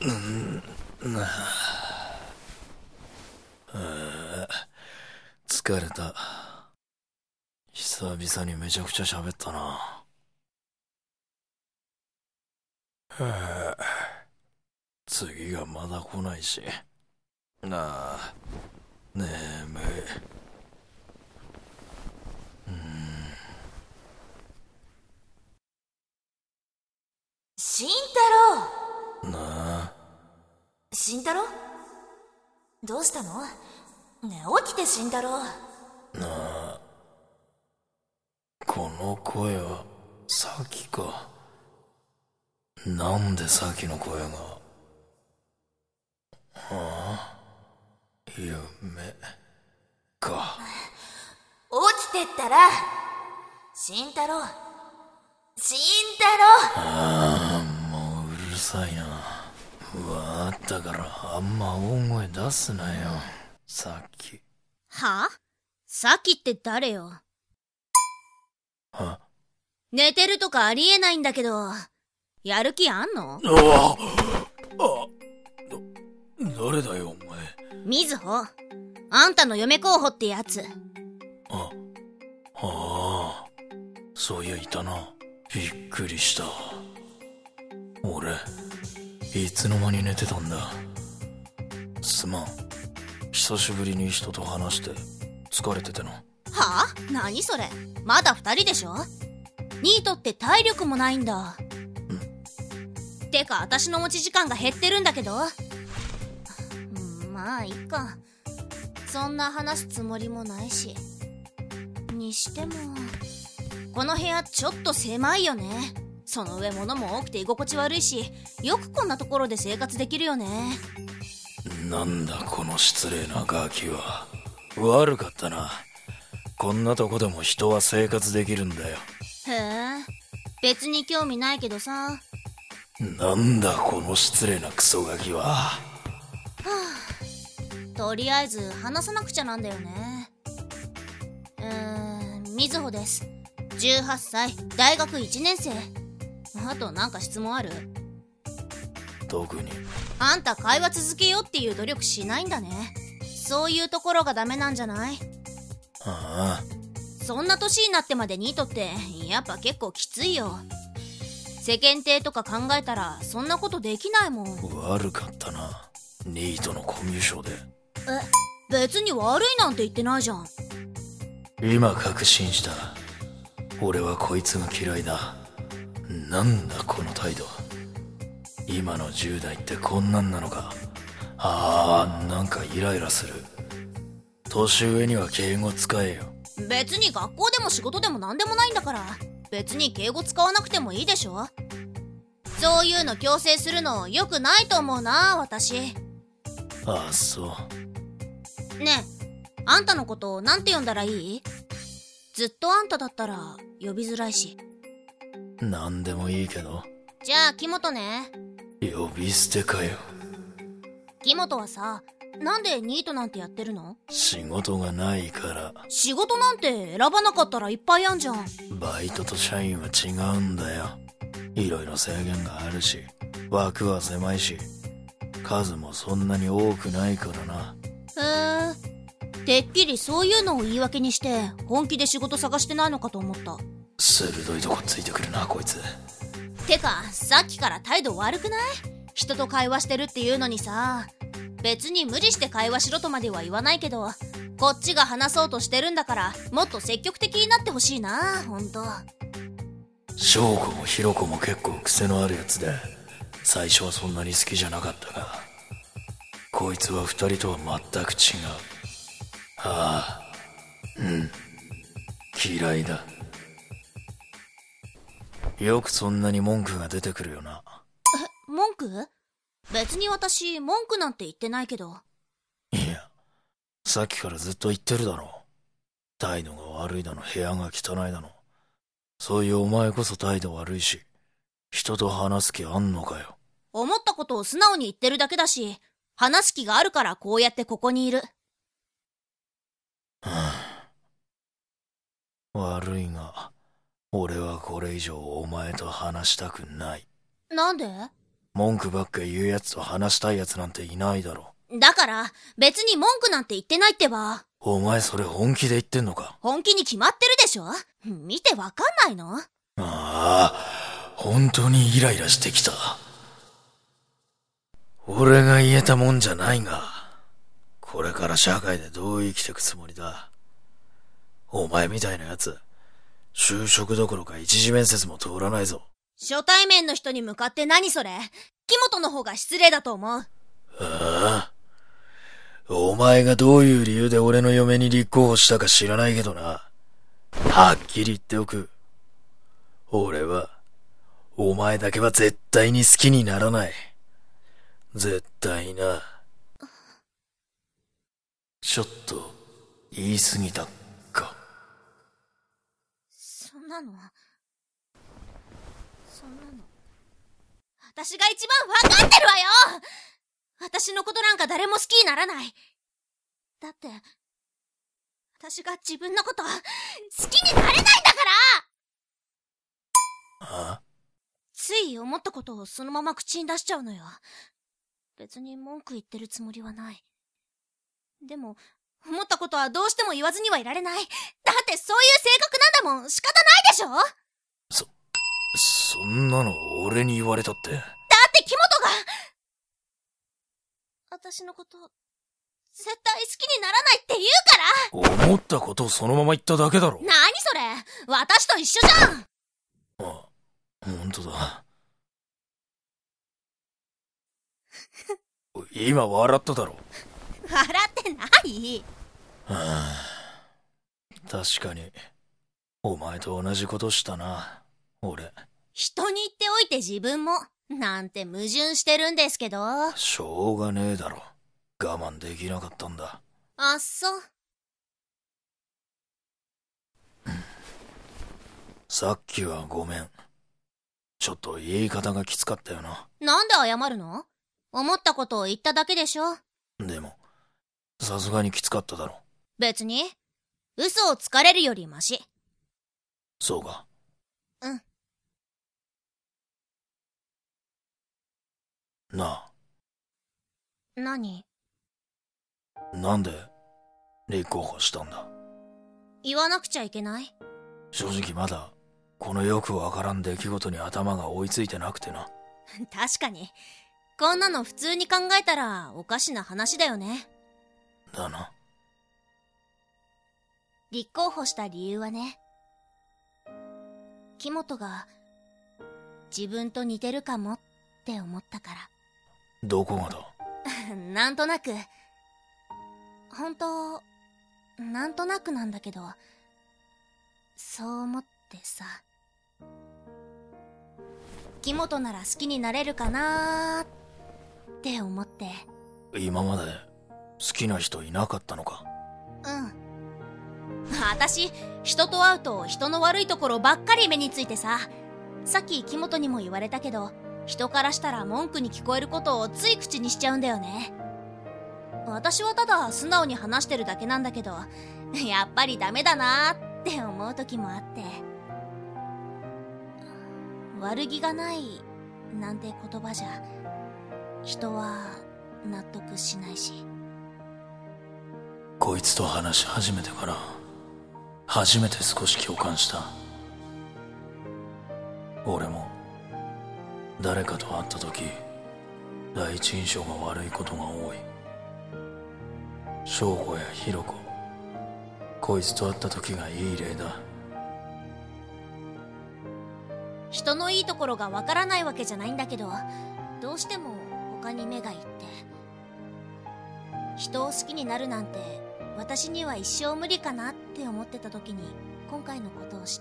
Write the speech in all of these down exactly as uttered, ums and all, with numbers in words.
うん、ああ、疲れた。久々にめちゃくちゃ喋ったな。はあ、次がまだ来ないし。なあ、眠い。うーん。 慎太郎。 なあ。 慎太郎、どうしたの？ねえ、起きて慎太郎。 なあ、この声はさっきか。なんでさっきの声が。ああ、夢か。 起きてったら。慎太郎、慎太郎。 ああ、もううるさいな。わかったからあんま大声出すなよ。さっき。 は？さっきって誰よ？ あ、 寝てるとかありえないんだけど、やる気あんの？ うわあ、ど、誰だよお前。 みずほ、あんたの嫁候補ってやつ。 あ、ああ、そういやいたな。びっくりした。俺いつの間に寝てたんだ。すまん。久しぶりに人と話して疲れててな。 はぁ？何それ？まだ二人でしょ？ニートって体力もないんだ。ん？てか私の持ち時間が減ってるんだけど。うん、まあいっか。そんな話すつもりもないし。にしてもこの部屋ちょっと狭いよね。その上物も多くて居心地悪いし、よくこんなところで生活できるよね。 なんだこの失礼なガキは。悪かったな。こんなとこでも人は生活できるんだよ。 へえ、別に興味ないけどさ。 なんだこの失礼なクソガキは。はあ、とりあえず話さなくちゃなんだよね。うーん、みずほです。じゅうはっさい、大学いちねん生。あとなんか質問ある？ 特に。 あんた会話続けようっていう努力しないんだね。そういうところがダメなんじゃない？ ああ、 そんな年になってまでニートってやっぱ結構きついよ。世間体とか考えたらそんなことできないもん。 悪かったな、ニートのコミュ障で。 え、別に悪いなんて言ってないじゃん。 今確信した。俺はこいつが嫌いだ。なんだこの態度。今のじゅう代ってこんなんなのか。ああ、なんかイライラする。年上には敬語使えよ。 別に学校でも仕事でも何でもないんだから、別に敬語使わなくてもいいでしょ。そういうの強制するの良くないと思うな、私。 ああ、そうねえ、あんたのことなんて呼んだらいい？ずっとあんただったら呼びづらいし。 なんでもいいけど。 じゃあ木本ね。 呼び捨てかよ。 木本はさ、なんでニートなんてやってるの？ 仕事がないから。 仕事なんて選ばなかったらいっぱいあんじゃん。 バイトと社員は違うんだよ。いろいろ制限があるし、枠は狭いし、数もそんなに多くないからな。 へえ、てっきりそういうのを言い訳にして本気で仕事探してないのかと思った。 鋭いとこついてくるなこいつ。 てかさっきから態度悪くない？人と会話してるっていうのにさ。別に無理して会話しろとまでは言わないけど、こっちが話そうとしてるんだからもっと積極的になってほしいな、ほんと。 翔子もヒロコも結構癖のあるやつで、最初はそんなに好きじゃなかったが、こいつは二人とは全く違う。ああ、うん、嫌いだ。よくそんなに文句が出てくるよな。 え、文句？別に私文句なんて言ってないけど。 いや、さっきからずっと言ってるだろう。態度が悪いだの、部屋が汚いだの。そういうお前こそ態度悪いし、人と話す気あんのかよ。 思ったことを素直に言ってるだけだし、話す気があるからこうやってここにいる。 はあ、悪いが、俺はこれ以上お前と話したくない。 なんで？ 文句ばっか言うやつと話したいやつなんていないだろ。 だから、別に文句なんて言ってないってば。 お前それ本気で言ってんのか？ 本気に決まってるでしょ？見てわかんないの？ ああ、本当にイライラしてきた。俺が言えたもんじゃないが、これから社会でどう生きてくつもりだ。お前みたいなやつ、就職どころか一次面接も通らないぞ。 初対面の人に向かって何それ？木本の方が失礼だと思う。 ああ、お前がどういう理由で俺の嫁に立候補したか知らないけどな。はっきり言っておく。俺は、お前だけは絶対に好きにならない。絶対な。ちょっと、言い過ぎたか。 そんなの、そんなの。私が一番わかってるわよ！私のことなんか誰も好きにならない。だって、私が自分のこと好きになれないんだから！ あ？ つい思ったことをそのまま口に出しちゃうのよ。別に文句言ってるつもりはない。でも、思ったことはどうしても言わずにはいられない。だってそういう性格なんだもん。仕方ないでしょ？ そ、そんなの俺に言われたって。 だって木本が私のこと絶対好きにならないって言うから。 思ったことをそのまま言っただけだろ。 なにそれ？私と一緒じゃん。 あ、ほんとだ。今笑っただろ。 笑ってない。 はあ、確かにお前と同じことしたな。俺人に言っておいて自分もなんて矛盾してるんですけど。 しょうがねえだろ。我慢できなかったんだ。 あっそう。 さっきはごめん。ちょっと言い方がきつかったよな。 なんで謝るの？思ったことを言っただけでしょ。 でもさすがにきつかっただろ。 別に嘘をつかれるよりマシ。 そうか。 うん。 なあ。 何？ なんで立候補したんだ？ 言わなくちゃいけない？ 正直まだこのよくわからん出来事に頭が追いついてなくてな。 確かにこんなの普通に考えたらおかしな話だよね。 だな。 立候補した理由はね、木本が自分と似てるかもって思ったから。 どこがだ？ なんとなく、本当なんとなくなんだけど、そう思ってさ。木本なら好きになれるかなーって思って。 今まで好きな人いなかったのか？ うん。私、人と会うと人の悪いところばっかり目についてさ。さっき木本にも言われたけど、人からしたら文句に聞こえることをつい口にしちゃうんだよね。私はただ素直に話してるだけなんだけど、やっぱりダメだなーって思う時もあって。悪気がないなんて言葉じゃ人は納得しないし。 こいつと話し始めてから初めて少し共感した。俺も誰かと会った時第一印象が悪いことが多い。翔子やひろ子、こいつと会った時がいい例だ。 人のいいところがわからないわけじゃないんだけど、どうしても他に目がいって。人を好きになるなんて私には一生無理かなって思ってた時に今回のことを知って、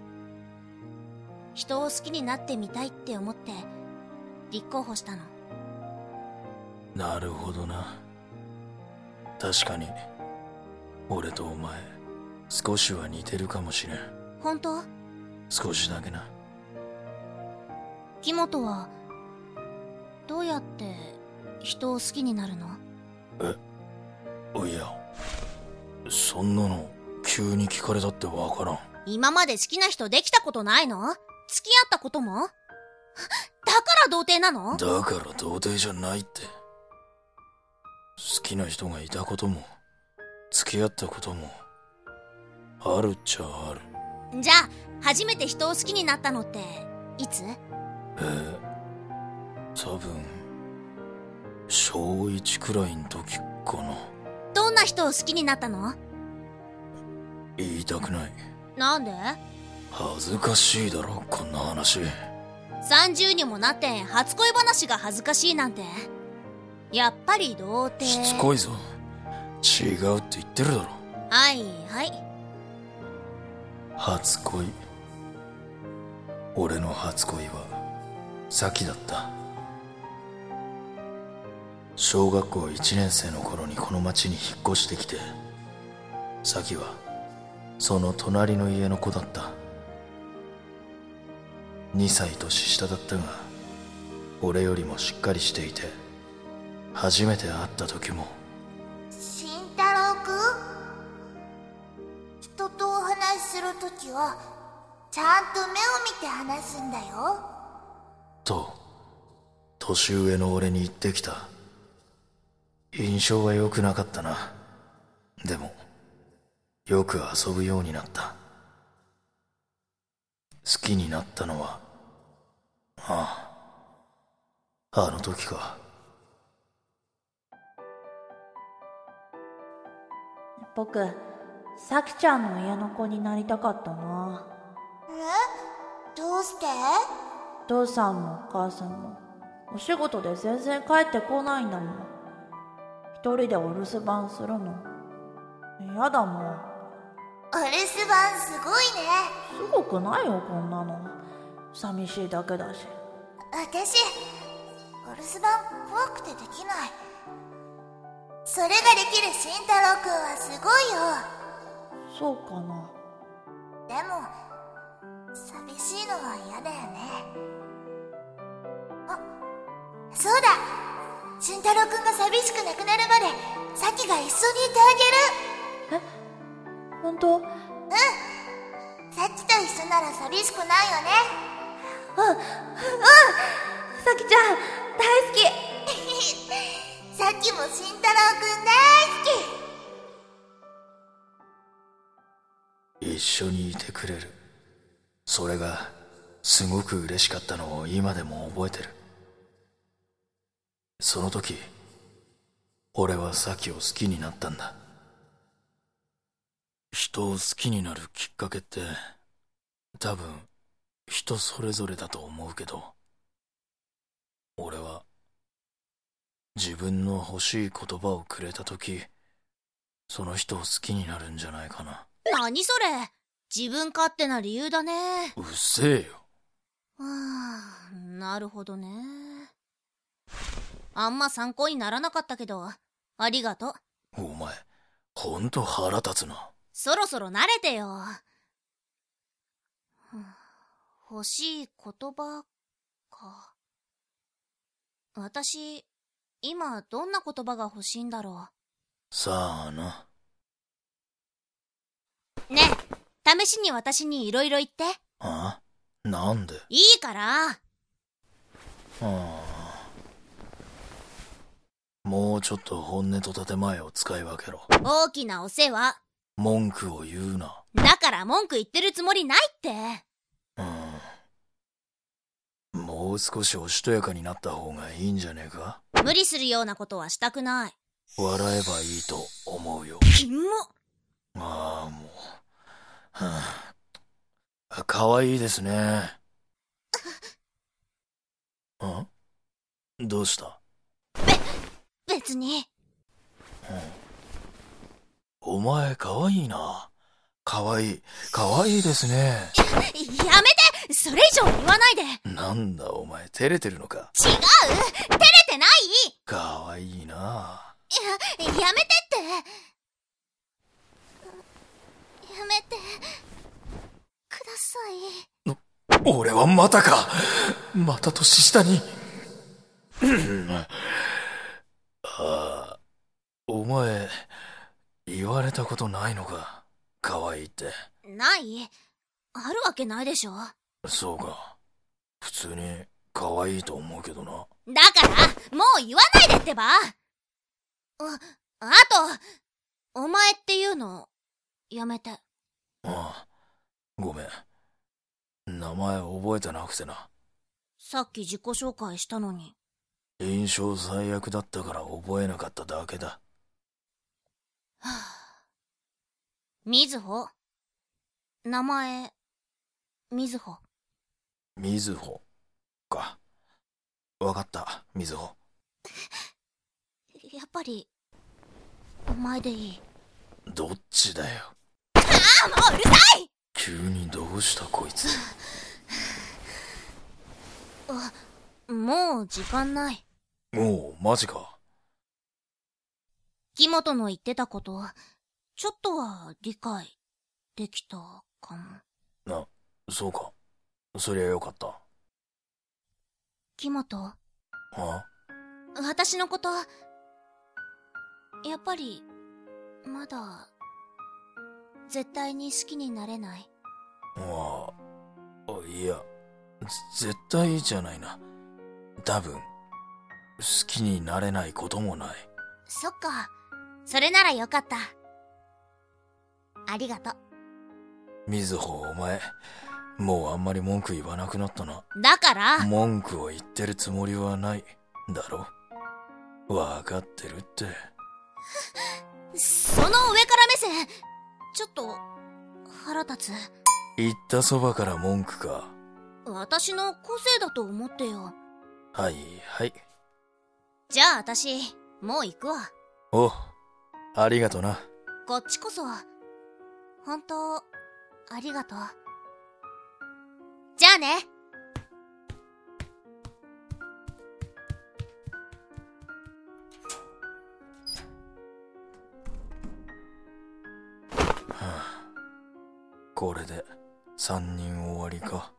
人を好きになってみたいって思って立候補したの。 なるほどな。確かに俺とお前少しは似てるかもしれん。 本当？ 少しだけな。 木本はどうやって人を好きになるの？ え、いや、そんなの急に聞かれたってわからん。 今まで好きな人できたことないの？付き合ったことも？だから童貞なの？ だから童貞じゃないって。好きな人がいたことも付き合ったこともあるっちゃある。 じゃあ初めて人を好きになったのっていつ？ えー、多分小一くらいの時かな。 どんな人を好きになったの？ 言いたくない。 なんで？ 恥ずかしいだろこんな話。 さんじゅうにもなって初恋話が恥ずかしいなんて。やっぱり童貞。 しつこいぞ。違うって言ってるだろ。 はいはい。 初恋。俺の初恋はサキだった。小学校いちねん生の頃にこの町に引っ越してきて、サキはその隣の家の子だった。にさい年下だったが俺よりもしっかりしていて、初めて会った時も。 慎太郎くん、人とお話しするときはちゃんと目を見て話すんだよと年上の俺に言ってきた。印象は良くなかったな。でもよく遊ぶようになった。好きになったのはあああの時か。 僕、さきちゃんの家の子になりたかったな。 え？どうして？ 父さんもお母さんもお仕事で全然帰ってこないんだもん。一人でお留守番するのやだもん。 お留守番すごいね。 すごくないよこんなの。寂しいだけだし。 私お留守番怖くてできない。それができる慎太郎くんはすごいよ。 そうかな。 でも寂しいのは嫌だよね。あ、そうだ、慎太郎くんが寂しくなくなるまでサキが一緒にいてあげる。 え、本当？ うん、サキと一緒なら寂しくないよね。 うん、うん、さきちゃん大好き。 さっきも慎太郎くん大好き。一緒にいてくれる。それがすごく嬉しかったのを今でも覚えてる。その時俺はサキを好きになったんだ。人を好きになるきっかけって多分人それぞれだと思うけど、俺は自分の欲しい言葉をくれた時、その人を好きになるんじゃないかな。 何それ、自分勝手な理由だね。 うっせえよ。 はあ、なるほどね。あんま参考にならなかったけどありがとう。 お前ほんと腹立つな。 そろそろ慣れてよ。欲しい言葉か。私今どんな言葉が欲しいんだろう。さあな。 ねえ、試しに私にいろいろ言って。 あ？なんで？ いいから。ああ、もうちょっと本音と建前を使い分けろ。 大きなお世話。 文句を言うな。 だから文句言ってるつもりないって。 うん。もう少しおしとやかになった方がいいんじゃねえか？ 無理するようなことはしたくない。 笑えばいいと思うよ。 キモ。 ああ、もう。はあ、かわいいですね。ん？どうした？ べ、別に。 うん、お前かわいいな。かわいい、かわいいですね。や、 やめて！それ以上言わないで。 なんだお前、照れてるのか？ 違う！照れてない！ かわいいな。 や、やめてって。やめてください。 俺はまたか。また年下に。ああ、お前言われたことないのか？可愛いって。 ない？あるわけないでしょ。 そうか。普通に可愛いと思うけどな。 だからもう言わないでってば。あ、あとお前っていうのやめて。 ああ、ごめん。名前覚えてなくてな。 さっき自己紹介したのに。 印象最悪だったから覚えなかっただけだ。 はあ、みずほ。名前みずほ。 みずほか。わかった、みずほ。 やっぱりお前でいい。 どっちだよ。 ああ、もううるさい。 急にどうしたこいつ。 あ、もう時間ない。 もうマジか。 木本の言ってたことちょっとは理解できたかも。 な、そうか。そりゃよかった。 木本、 あ？ 私のことやっぱりまだ絶対に好きになれない？ ああ、いや、絶対じゃないな。多分好きになれないこともない。 そっか、それならよかった。ありがとう。 みずほ、お前もうあんまり文句言わなくなったな。 だから文句を言ってるつもりはないだろ。わかってるって。 その上から目線ちょっと腹立つ。 言ったそばから文句か。 私の個性だと思ってよ。 はいはい。 じゃあ私もう行くわ。 お、ありがとな。 こっちこそ本当ありがとう。じゃあね。 はあ、これで三人終わりか。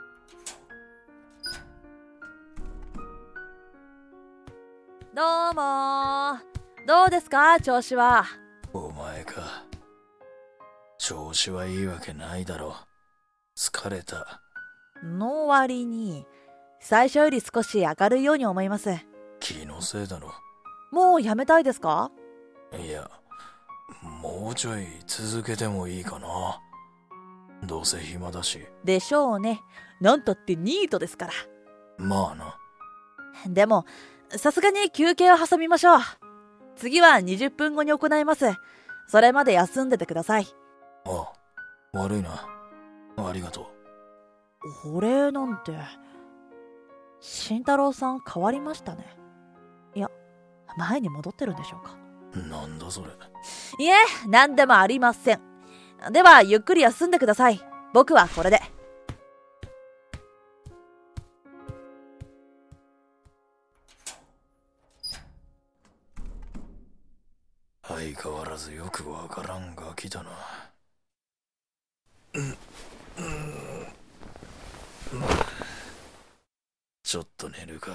どうもー。どうですか調子は。 お前か。調子はいいわけないだろ。疲れた。 の割に最初より少し明るいように思います。 気のせいだろ。 もうやめたいですか？ いや、もうちょい続けてもいいかな。どうせ暇だし。 でしょうね。なんたってニートですから。 まあな。 でもさすがに休憩を挟みましょう。次はにじゅっぷんごに行います。それまで休んでてください。 ああ、悪いな。ありがとう。お礼なんて。慎太郎さん変わりましたね。いや、前に戻ってるんでしょうか。 なんだそれ。 いえ、なんでもありません。ではゆっくり休んでください。僕はこれで。 相変わらずよくわからんガキだな。うん、うん、ちょっと寝るか。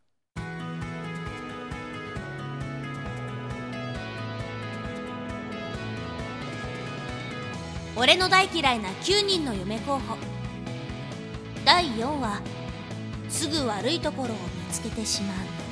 俺の大嫌いなきゅうにんの嫁候補だいよんわ、すぐ悪いところを見つけてしまう。